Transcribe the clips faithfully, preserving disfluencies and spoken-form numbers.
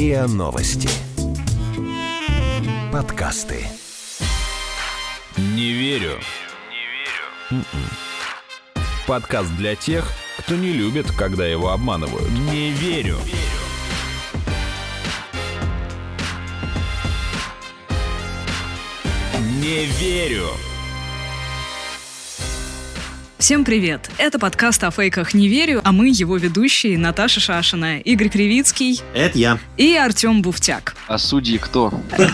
РИА Новости. Подкасты. Не верю. Не верю. Подкаст для тех, кто не любит, когда его обманывают. Не верю. Не верю. Всем привет! Это подкаст о фейках «Не верю», а мы его ведущие Наташа Шашина, Игорь Кривицкий. Это я. И Артем Буфтяк. А судьи кто?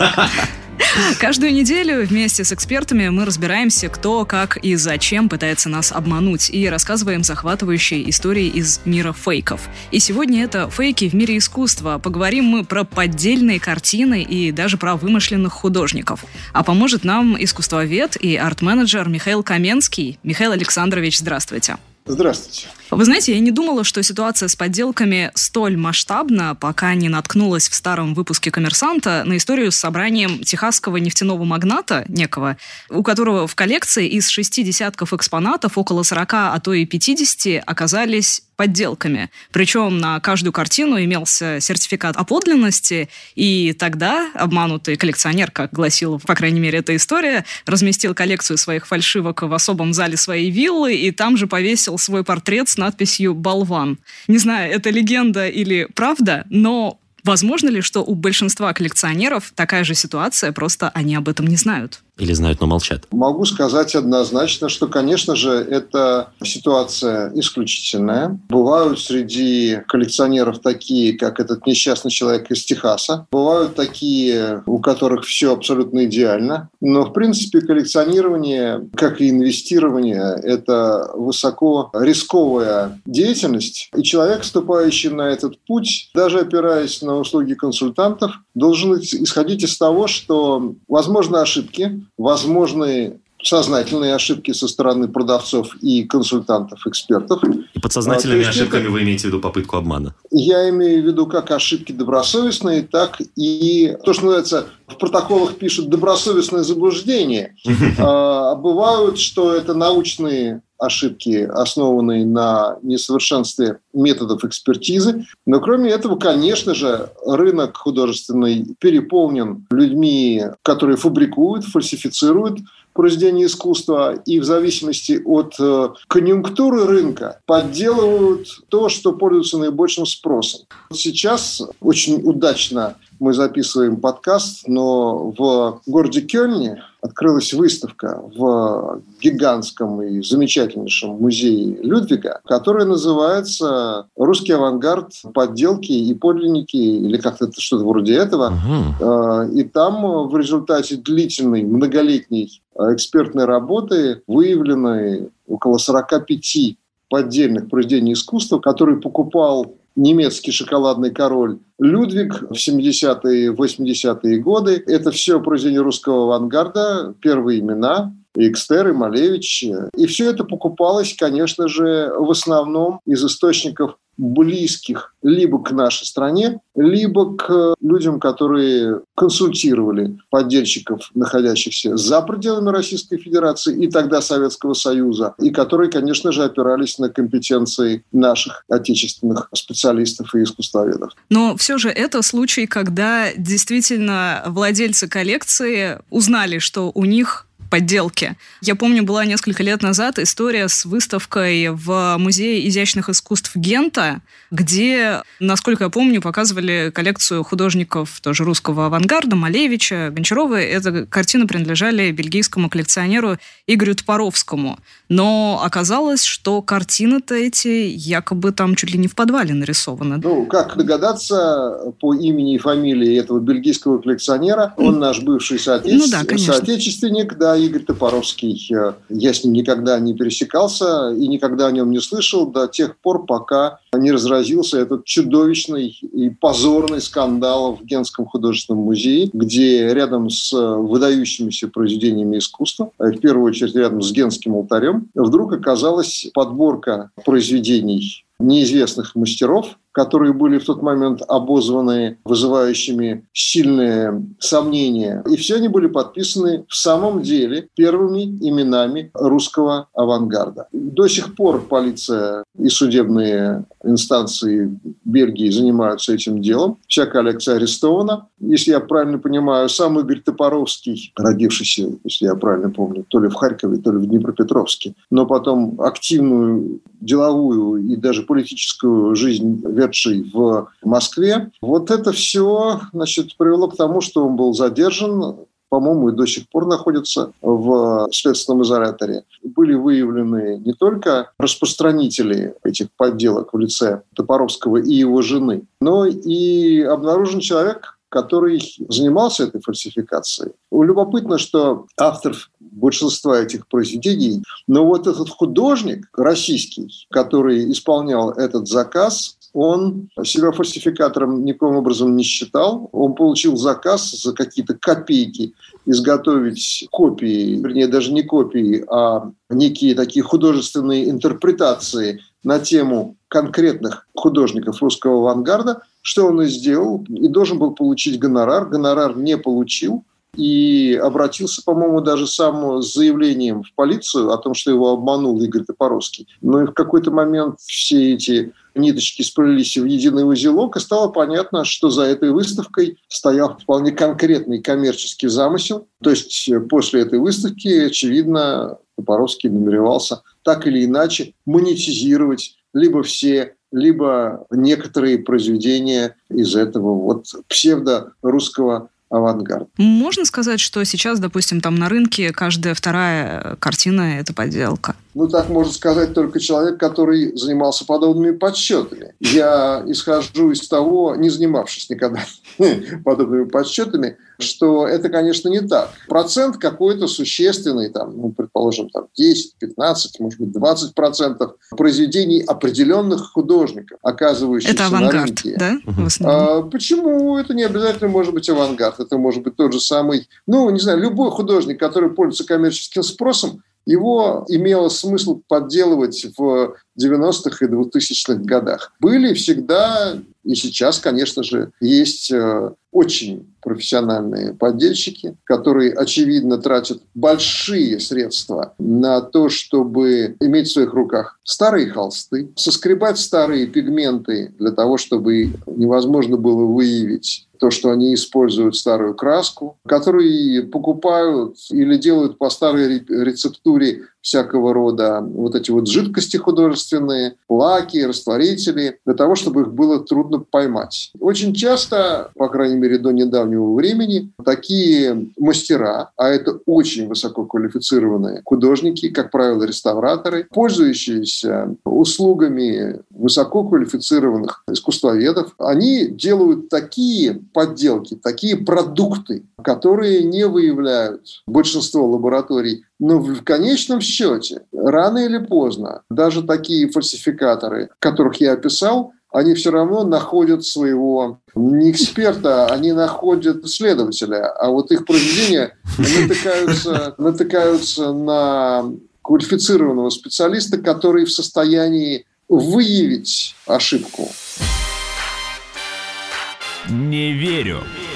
Каждую неделю вместе с экспертами мы разбираемся, кто, как и зачем пытается нас обмануть, и рассказываем захватывающие истории из мира фейков. И сегодня это фейки в мире искусства. Поговорим мы про поддельные картины и даже про вымышленных художников. А поможет нам искусствовед и арт-менеджер Михаил Каменский. Михаил Александрович, здравствуйте. Здравствуйте. Вы знаете, я не думала, что ситуация с подделками столь масштабна, пока не наткнулась в старом выпуске «Коммерсанта» на историю с собранием техасского нефтяного магната некого, у которого в коллекции из шести десятков экспонатов около сорока, а то и пятидесяти оказались подделками. Причем на каждую картину имелся сертификат о подлинности, и тогда обманутый коллекционер, как гласила, по крайней мере, эта история, разместил коллекцию своих фальшивок в особом зале своей виллы и там же повесил свой портрет с надписью «Болван». Не знаю, это легенда или правда, но возможно ли, что у большинства коллекционеров такая же ситуация, просто они об этом не знают? Или знают, но молчат? Могу сказать однозначно, что, конечно же, это ситуация исключительная. Бывают среди коллекционеров такие, как этот несчастный человек из Техаса. Бывают такие, у которых все абсолютно идеально. Но, в принципе, коллекционирование, как и инвестирование, это высоко рисковая деятельность. И человек, вступающий на этот путь, даже опираясь на услуги консультантов, должен исходить из того, что возможны ошибки, возможны сознательные ошибки со стороны продавцов и консультантов, экспертов. И подсознательными а, ошибками это... вы имеете в виду попытку обмана? Я имею в виду как ошибки добросовестные, так и то, что называется, в протоколах пишут добросовестное заблуждение. А бывают, что это научные ошибки, основанные на несовершенстве методов экспертизы. Но кроме этого, конечно же, рынок художественный переполнен людьми, которые фабрикуют, фальсифицируют произведения искусства, и в зависимости от э, конъюнктуры рынка подделывают то, что пользуется наибольшим спросом. Сейчас очень удачно мы записываем подкаст, но в городе Кёльне открылась выставка в гигантском и замечательнейшем музее Людвига, которая называется «Русский авангард. Подделки и подлинники», или как-то что-то вроде этого. Uh-huh. И там в результате длительной, многолетней экспертной работы выявлены около сорока пяти поддельных произведений искусства, которые покупал немецкий шоколадный король Людвиг в семидесятые, восьмидесятые годы. Это все произведения русского авангарда, первые имена, и Экстер, и Малевич. И все это покупалось, конечно же, в основном из источников близких либо к нашей стране, либо к людям, которые консультировали поддельщиков, находящихся за пределами Российской Федерации и тогда Советского Союза, и которые, конечно же, опирались на компетенции наших отечественных специалистов и искусствоведов. Но все же это случай, когда действительно владельцы коллекции узнали, что у них подделки. Я помню, была несколько лет назад история с выставкой в Музее изящных искусств Гента, где, насколько я помню, показывали коллекцию художников тоже русского авангарда, Малевича, Гончарова. Эти картины принадлежали бельгийскому коллекционеру Игорю Топоровскому. Но оказалось, что картины-то эти якобы там чуть ли не в подвале нарисованы. Ну, как догадаться по имени и фамилии этого бельгийского коллекционера, он наш бывший соотече... ну, да, соотечественник, да, Игорь Топоровский. Я с ним никогда не пересекался и никогда о нем не слышал до тех пор, пока не разразился этот чудовищный и позорный скандал в Гентском художественном музее, где рядом с выдающимися произведениями искусства, в первую очередь рядом с Гентским алтарем, вдруг оказалась подборка произведений неизвестных мастеров, которые были в тот момент обозваны вызывающими сильные сомнения. И все они были подписаны в самом деле первыми именами русского авангарда. До сих пор полиция и судебные инстанции Бельгии занимаются этим делом. Вся коллекция арестована. Если я правильно понимаю, сам Игорь Топоровский, родившийся, если я правильно помню, то ли в Харькове, то ли в Днепропетровске, но потом активную деловую и даже политическую жизнь ведший в Москве, вот это все, значит, привело к тому, что он был задержан, по-моему, и до сих пор находится в следственном изоляторе. Были выявлены не только распространители этих подделок в лице Топоровского и его жены, но и обнаружен человек, который занимался этой фальсификацией. Любопытно, что автор большинства этих произведений, но вот этот художник российский, который исполнял этот заказ, он себя фальсификатором никаким образом не считал. Он получил заказ за какие-то копейки изготовить копии, вернее, даже не копии, а некие такие художественные интерпретации на тему конкретных художников русского авангарда, что он и сделал, и должен был получить гонорар. Гонорар не получил. И обратился, по-моему, даже сам с заявлением в полицию о том, что его обманул Игорь Топоровский. Но и в какой-то момент все эти ниточки сплелись в единый узелок, и стало понятно, что за этой выставкой стоял вполне конкретный коммерческий замысел. То есть после этой выставки, очевидно, Топоровский намеревался так или иначе монетизировать либо все, либо некоторые произведения из этого вот псевдо-русского авангард. Можно сказать, что сейчас, допустим, там на рынке каждая вторая картина – это подделка? Ну, так может сказать только человек, который занимался подобными подсчетами. Я исхожу из того, не занимавшись никогда подобными подсчетами, что это, конечно, не так. Процент какой-то существенный, там, ну, предположим, там десять, пятнадцать, может быть, двадцать процентов произведений определенных художников, оказывающихся это авангард, на рынке. Да? А, почему? Это не обязательно может быть авангард. Это может быть тот же самый, ну, не знаю, любой художник, который пользуется коммерческим спросом, его имело смысл подделывать в девяностых и двухтысячных годах. Были всегда, и сейчас, конечно же, есть очень профессиональные поддельщики, которые, очевидно, тратят большие средства на то, чтобы иметь в своих руках старые холсты, соскребать старые пигменты для того, чтобы невозможно было выявить то, что они используют старую краску, которые покупают или делают по старой рецептуре всякого рода вот эти вот жидкости художественные, лаки, растворители, для того, чтобы их было трудно поймать. Очень часто, по крайней мере, до недавнего времени, такие мастера, а это очень высококвалифицированные художники, как правило, реставраторы, пользующиеся услугами высококвалифицированных искусствоведов, они делают такие подделки, такие продукты, которые не выявляют большинство лабораторий. Но в конечном счете, рано или поздно, даже такие фальсификаторы, которых я описал, они все равно находят своего не эксперта, они находят следователя. А вот их произведения натыкаются, натыкаются на квалифицированного специалиста, который в состоянии выявить ошибку. Не верю.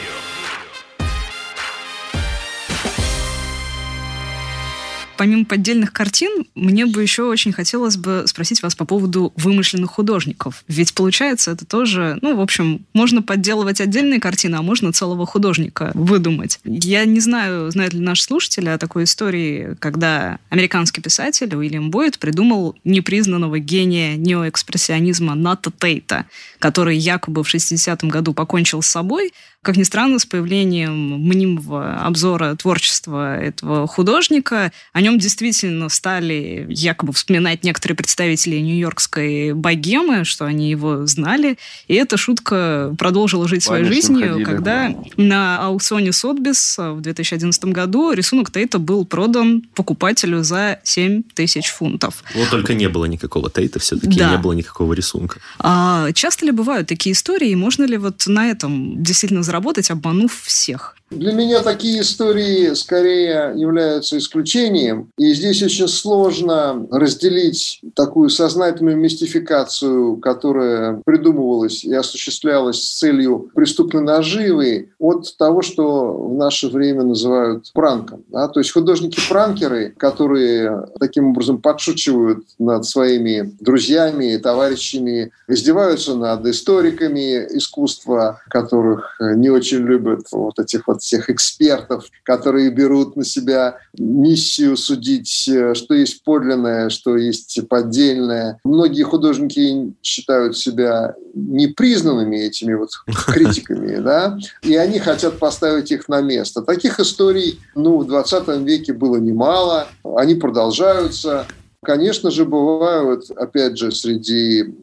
Помимо поддельных картин, мне бы еще очень хотелось бы спросить вас по поводу вымышленных художников. Ведь получается, это тоже, ну, в общем, можно подделывать отдельные картины, а можно целого художника выдумать. Я не знаю, знают ли наши слушатели о такой истории, когда американский писатель Уильям Бойд придумал непризнанного гения неоэкспрессионизма Ната Тейта, который якобы в шестидесятом году покончил с собой. Как ни странно, с появлением мнимого обзора творчества этого художника о нем действительно стали якобы вспоминать некоторые представители нью-йоркской богемы, что они его знали. И эта шутка продолжила жить своей Конечно, жизнью, ходили, когда да. на аукционе Сотбис в две тысячи одиннадцатом году рисунок Тейта был продан покупателю за семь тысяч фунтов. Вот только не было никакого Тейта, все-таки Да. не было никакого рисунка. А часто ли бывают такие истории, и можно ли вот на этом действительно заработать подзаработать, обманув всех. Для меня такие истории скорее являются исключением. И здесь очень сложно разделить такую сознательную мистификацию, которая придумывалась и осуществлялась с целью преступной наживы, от того, что в наше время называют пранком. Да? То есть художники-пранкеры, которые таким образом подшучивают над своими друзьями, товарищами, издеваются над историками искусства, которых не очень любят вот этих вот всех экспертов, которые берут на себя миссию судить, что есть подлинное, что есть поддельное. Многие художники считают себя непризнанными этими вот критиками, да, и они хотят поставить их на место. Таких историй, ну, в двадцатом веке было немало, они продолжаются. Конечно же, бывают, опять же, среди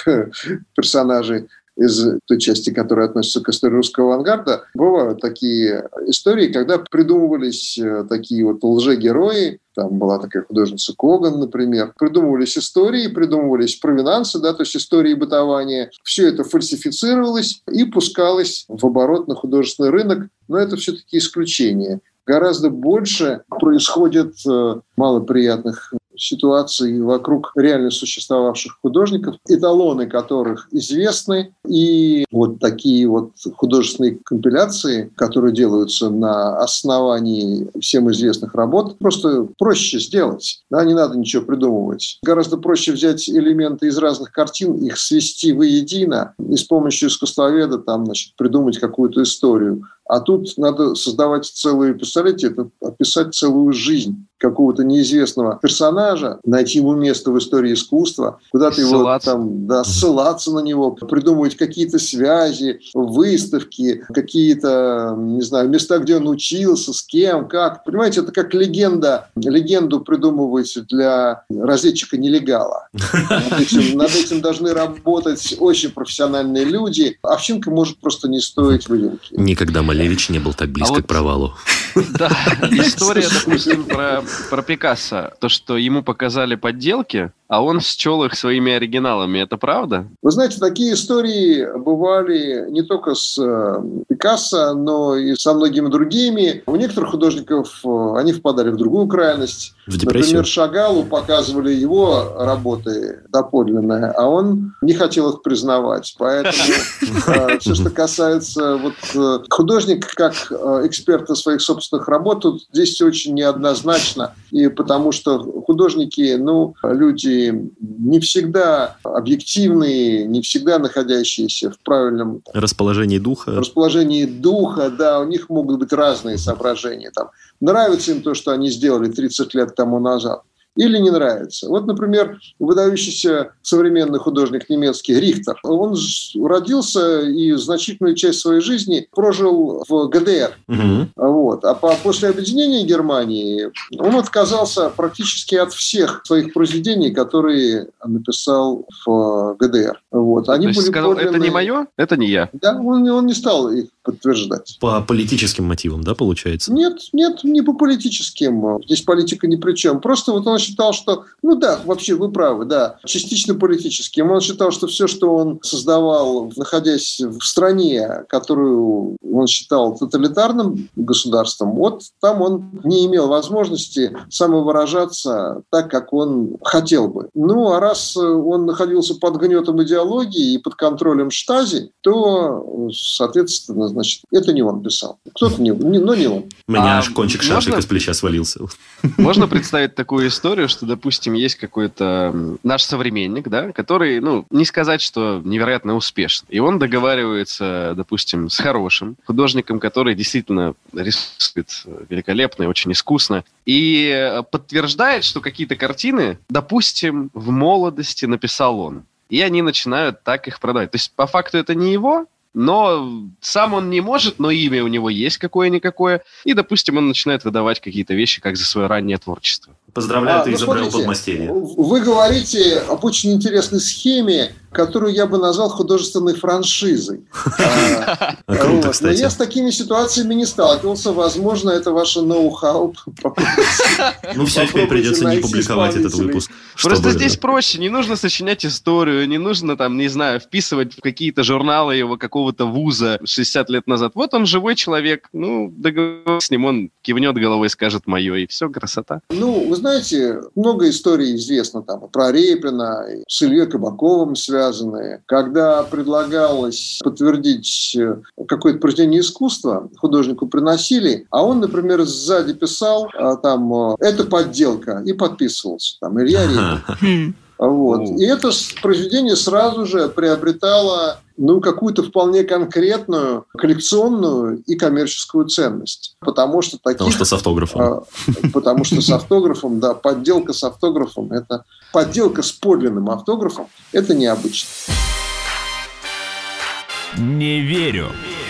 персонажей из той части, которая относится к истории русского авангарда, бывают такие истории, когда придумывались такие вот лжегерои. Там была такая художница Коган, например. Придумывались истории, придумывались провинансы, да, то есть истории бытования. Все это фальсифицировалось и пускалось в оборот на художественный рынок. Но это все-таки исключение. Гораздо больше происходит малоприятных ситуаций вокруг реально существовавших художников, эталоны которых известны. И вот такие вот художественные компиляции, которые делаются на основании всем известных работ, просто проще сделать. Да, не надо ничего придумывать. Гораздо проще взять элементы из разных картин, их свести воедино и с помощью искусствоведа там, значит, придумать какую-то историю. А тут надо создавать целую, представляете, это описать целую жизнь какого-то неизвестного персонажа, найти ему место в истории искусства, куда-то его там, да, ссылаться на него, придумывать какие-то связи, выставки, какие-то, не знаю, места, где он учился, с кем, как. Понимаете, это как легенда. Легенду придумывать для разведчика-нелегала. Над этим, над этим должны работать очень профессиональные люди. Овчинка может просто не стоить выделки. Никогда Малевич не был так близко а вот, к провалу. Да, история, допустим, про, про Пикассо. То, что ему показали подделки, а он счел их своими оригиналами. Это правда? Вы знаете, такие истории бывали не только с Пикассо, но и со многими другими. У некоторых художников они впадали в другую крайность. В депрессию. Например, Шагалу показывали его работы доподлинные, а он не хотел их признавать. Поэтому все, что касается художника как эксперта своих собственных работ, тут здесь очень неоднозначно. И потому что художники, ну, люди не всегда объективные, не всегда находящиеся в правильном расположении духа. Расположении духа, да, у них могут быть разные соображения. Там, нравится им то, что они сделали тридцать лет тому назад, или не нравится. Вот, например, выдающийся современный художник немецкий Рихтер. Он родился и значительную часть своей жизни прожил в ГДР. Угу. Вот. А по, после объединения Германии он отказался практически от всех своих произведений, которые написал в ГДР. Вот. Они То есть были сказал, подлинные... это не мое, это не я. Да, он, он не стал их подтверждать. По политическим мотивам, да, получается? Нет, нет, не по политическим. Здесь политика ни при чем. Просто вот он считал, что, ну да, вообще вы правы, да, частично политическим. Он считал, что все, что он создавал, находясь в стране, которую он считал тоталитарным государством, вот там он не имел возможности самовыражаться так, как он хотел бы. Ну, а раз он находился под гнетом идеологии и под контролем Штази, то, соответственно, значит, это не он писал. Кто-то не, не но не он. У меня а аж кончик шашек из плеча свалился. Можно представить такую историю, что, допустим, есть какой-то наш современник, да, который, ну, не сказать, что невероятно успешен. И он договаривается, допустим, с хорошим художником, который действительно рисует великолепно и очень искусно, и подтверждает, что какие-то картины, допустим, в молодости написал он. И они начинают так их продавать. То есть, по факту, это не его, но сам он не может, но имя у него есть какое-никакое. И, допустим, он начинает выдавать какие-то вещи, как за свое раннее творчество. Поздравляю, а, ты ну, изобрел смотрите, подмастерье. Вы говорите об очень интересной схеме, которую я бы назвал художественной франшизой. Круто, кстати. Но я с такими ситуациями не сталкивался. Возможно, это ваше ноу-хау. Ну, все, теперь придется не публиковать этот выпуск. Просто здесь проще. Не нужно сочинять историю, не нужно, там, не знаю, вписывать в какие-то журналы его какого-то вуза шестьдесят лет назад. Вот он живой человек. Ну, договорись с ним, он кивнет головой и скажет «моё», и все, красота. Ну, вы знаете, много историй известно там про Репина, с Ильей Кабаковым связанные. Когда предлагалось подтвердить какое-то произведение искусства, художнику приносили, а он, например, сзади писал там «это подделка» и подписывался. Там Илья Репин. Вот. И это произведение сразу же приобретало ну, какую-то вполне конкретную коллекционную и коммерческую ценность. Потому что таких... Потому что с автографом. А, потому что с автографом, да, подделка с автографом, это подделка с подлинным автографом, это необычно. Не верю.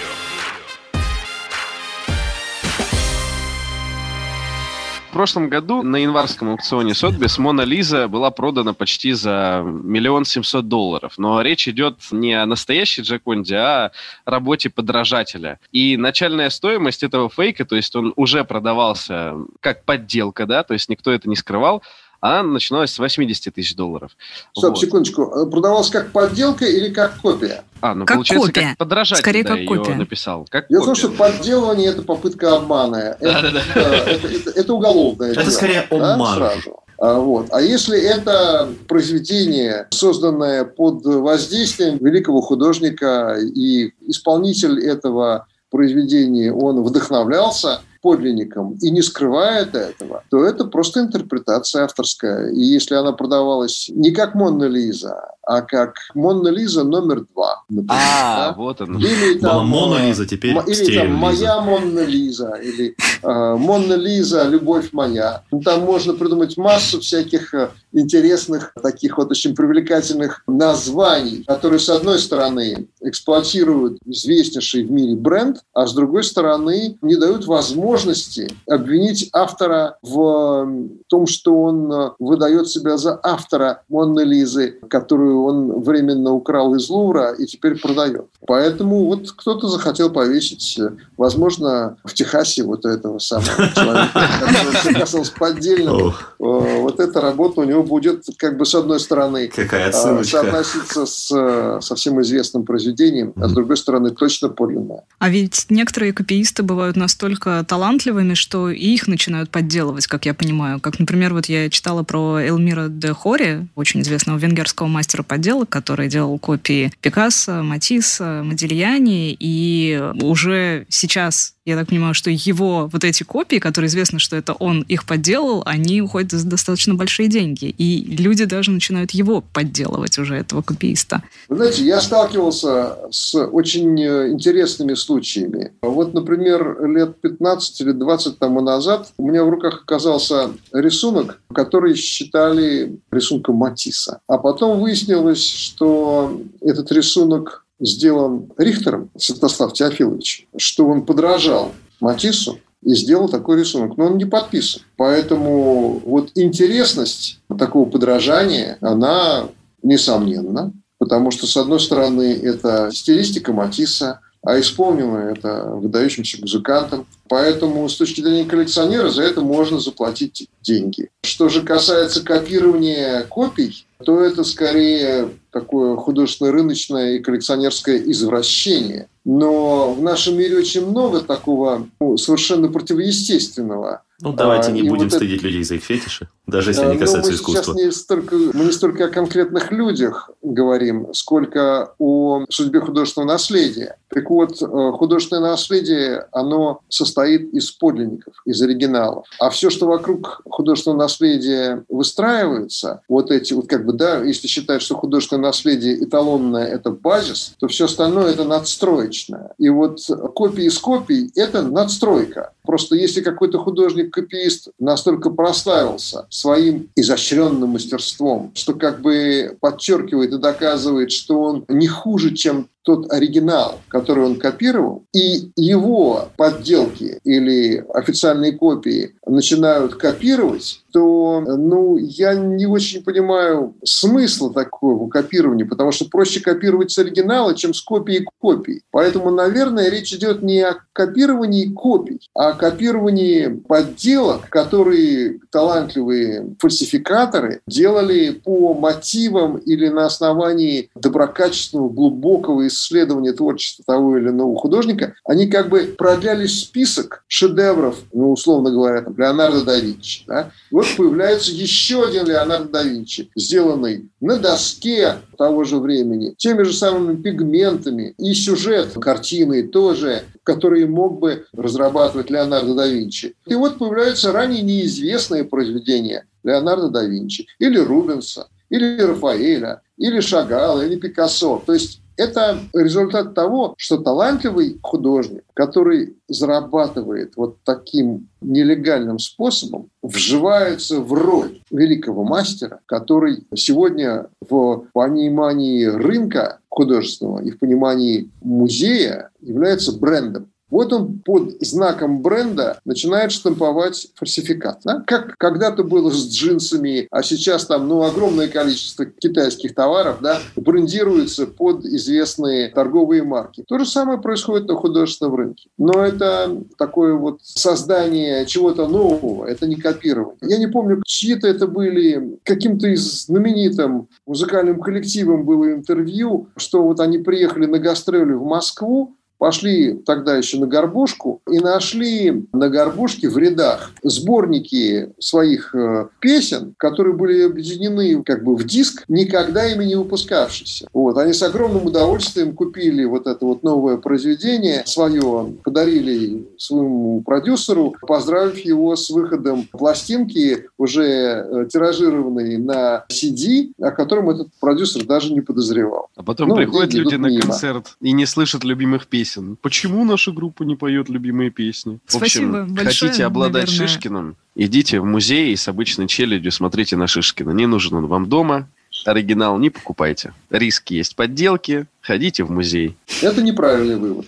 В прошлом году на январском аукционе Сотбис «Мона Лиза» была продана почти за миллион семьсот долларов. Но речь идет не о настоящей Джоконде, а о работе подражателя. И начальная стоимость этого фейка, то есть он уже продавался как подделка, да, то есть никто это не скрывал, она начиналась с восемьдесят тысяч долларов. Стоп, вот. Секундочку. Продавался как подделка или как копия? А, ну как получается, копия. как подражатель, Скорее, да, как ее копия. написал. Как Дело в том, копия. что подделывание – это попытка обмана. Да, да, да. Это, это, это, это уголовное дело. Это скорее обман. Да, сразу. А, вот. а если это произведение, созданное под воздействием великого художника, и исполнитель этого произведения, он вдохновлялся подлинником и не скрывает этого, то это просто интерпретация авторская. И если она продавалась не как «Монна Лиза», а как «Монна Лиза номер два», например, А, да? вот он. Или там, Монна Лиза, теперь или там «Моя Монна Лиза», или э, «Монна Лиза, любовь моя». Ну, там можно придумать массу всяких э, интересных, таких вот очень привлекательных названий, которые, с одной стороны, эксплуатируют известнейший в мире бренд, а с другой стороны, не дают возможности обвинить автора в том, что он выдает себя за автора Монны Лизы, которую он временно украл из Лувра и теперь продает. Поэтому вот кто-то захотел повесить, возможно, в Техасе вот этого самого человека, который оказался поддельным. Вот эта работа у него будет, как бы, с одной стороны, соотноситься с совсем известным произведением, а с другой стороны, точно подлинная. А ведь некоторые копиисты бывают настолько талантливыми, что и их начинают подделывать, как я понимаю. Как, например, вот я читала про Элмира де Хори, очень известного венгерского мастера подделок, который делал копии Пикассо, Матисса, Модильяни, и уже сейчас, я так понимаю, что его вот эти копии, которые известно, что это он их подделал, они уходят за достаточно большие деньги. И люди даже начинают его подделывать уже, этого копииста. Вы знаете, я сталкивался с очень интересными случаями. Вот, например, лет пятнадцать или двадцать тому назад у меня в руках оказался рисунок, который считали рисунком Матисса. А потом выяснилось, что этот рисунок сделан Рихтером, Святослав Теофилович, что он подражал Матиссу и сделал такой рисунок. Но он не подписан. Поэтому вот интересность такого подражания, она несомненна. Потому что, с одной стороны, это стилистика Матисса, а исполнено это выдающимся музыкантом. Поэтому с точки зрения коллекционера за это можно заплатить деньги. Что же касается копирования копий, то это скорее такое художественно-рыночное и коллекционерское извращение. Но в нашем мире очень много такого ну, совершенно противоестественного. Ну, давайте не и будем вот стыдить это... людей за их фетиши, даже если они касаются мы искусства. Не столько, мы не столько о конкретных людях говорим, сколько о судьбе художественного наследия. Так вот, художественное наследие, оно состоит из подлинников, из оригиналов. А все, что вокруг художественного наследия выстраивается, вот эти, вот как бы, да, если считать, что художественное наследие эталонное – это базис, то все остальное – это надстроечное. И вот копии из копий – это надстройка. Просто если какой-то художник-копиист настолько прославился своим изощренным мастерством, что как бы подчеркивает и доказывает, что он не хуже, чем тот оригинал, который он копировал, и его подделки или официальные копии начинают копировать, то, ну, я не очень понимаю смысла такого копирования, потому что проще копировать с оригинала, чем с копии копий. Поэтому, наверное, речь идет не о копировании копий, а о копировании подделок, которые талантливые фальсификаторы делали по мотивам или на основании доброкачественного, глубокого исследования творчества того или иного художника. Они как бы продляли список шедевров, ну, условно говоря, там, Леонардо да Винчи. Да? Вот появляется еще один Леонардо да Винчи, сделанный на доске того же времени, теми же самыми пигментами, и сюжет картины тоже, которые мог бы разрабатывать Леонардо да Винчи. И вот появляются ранее неизвестные произведения Леонардо да Винчи, или Рубенса, или Рафаэля, или Шагала, или Пикассо. То есть это результат того, что талантливый художник, который зарабатывает вот таким нелегальным способом, вживается в роль великого мастера, который сегодня в понимании рынка художественного и в понимании музея является брендом. Вот он под знаком бренда начинает штамповать фальсификат. Да? Как когда-то было с джинсами, а сейчас там ну, огромное количество китайских товаров да, брендируется под известные торговые марки. То же самое происходит на художественном рынке. Но это такое вот создание чего-то нового, это не копирование. Я не помню, чьи-то это были, каким-то из знаменитым музыкальным коллективом было интервью, что вот они приехали на гастроли в Москву, пошли тогда еще на Горбушку и нашли на Горбушке в рядах сборники своих э, песен, которые были объединены как бы в диск, никогда ими не выпускавшиеся. Вот. Они с огромным удовольствием купили вот это вот новое произведение свое, подарили своему продюсеру, поздравив его с выходом пластинки, уже э, тиражированной на си ди, о котором этот продюсер даже не подозревал. А потом ну, приходят люди на мимо. концерт и не слышат любимых песен. Почему наша группа не поет любимые песни? Спасибо в общем, большое, хотите обладать наверное. Шишкиным, идите в музей и с обычной челядью смотрите на Шишкина. Не нужен он вам дома. Оригинал не покупайте. Риски есть подделки. Ходите в музей. Это неправильный вывод.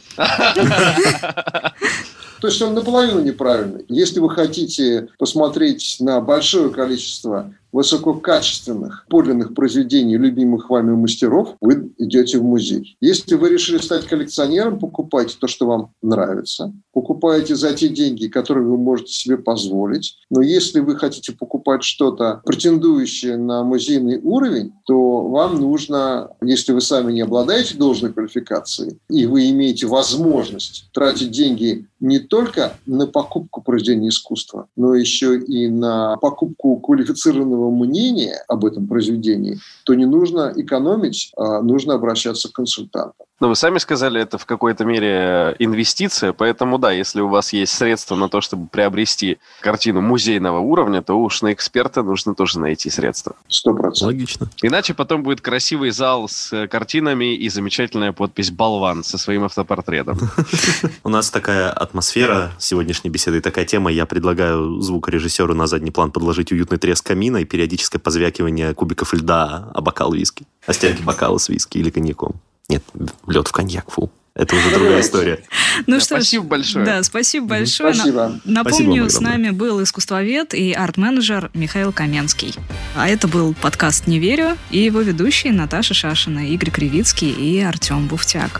То есть он наполовину неправильный. Если вы хотите посмотреть на большое количество высококачественных, подлинных произведений любимых вами мастеров, вы идете в музей. Если вы решили стать коллекционером, покупайте то, что вам нравится. Покупайте за те деньги, которые вы можете себе позволить. Но если вы хотите покупать что-то, претендующее на музейный уровень, то вам нужно, если вы сами не обладаете должной квалификацией, и вы имеете возможность тратить деньги не только на покупку произведения искусства, но еще и на покупку квалифицированного мнения об этом произведении, то не нужно экономить, а нужно обращаться к консультантам. Но вы сами сказали, это в какой-то мере инвестиция, поэтому да, если у вас есть средства на то, чтобы приобрести картину музейного уровня, то уж на эксперта нужно тоже найти средства. Сто процентов. Логично. Иначе потом будет красивый зал с картинами и замечательная подпись «Болван» со своим автопортретом. У нас такая атмосфера сегодняшней беседы, такая тема. Я предлагаю звукорежиссеру на задний план подложить уютный треск камина и периодическое позвякивание кубиков льда о бокал виски. О стенке бокала с виски или коньяком. Нет, лед в коньяк, фу. Это уже другая история. Ну да, что спасибо ж, большое. Да, спасибо большое. Спасибо. Напомню, спасибо с нами был искусствовед и арт-менеджер Михаил Каменский. А это был подкаст «Не верю» и его ведущие Наташа Шашина, Игорь Кривицкий и Артем Буфтяк.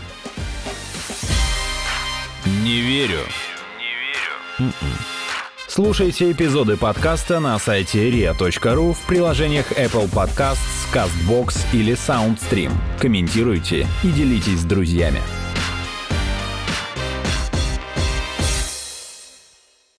Не верю. Не верю. Слушайте эпизоды подкаста на сайте риа точка ру, в приложениях Apple Podcasts, CastBox или SoundStream. Комментируйте и делитесь с друзьями.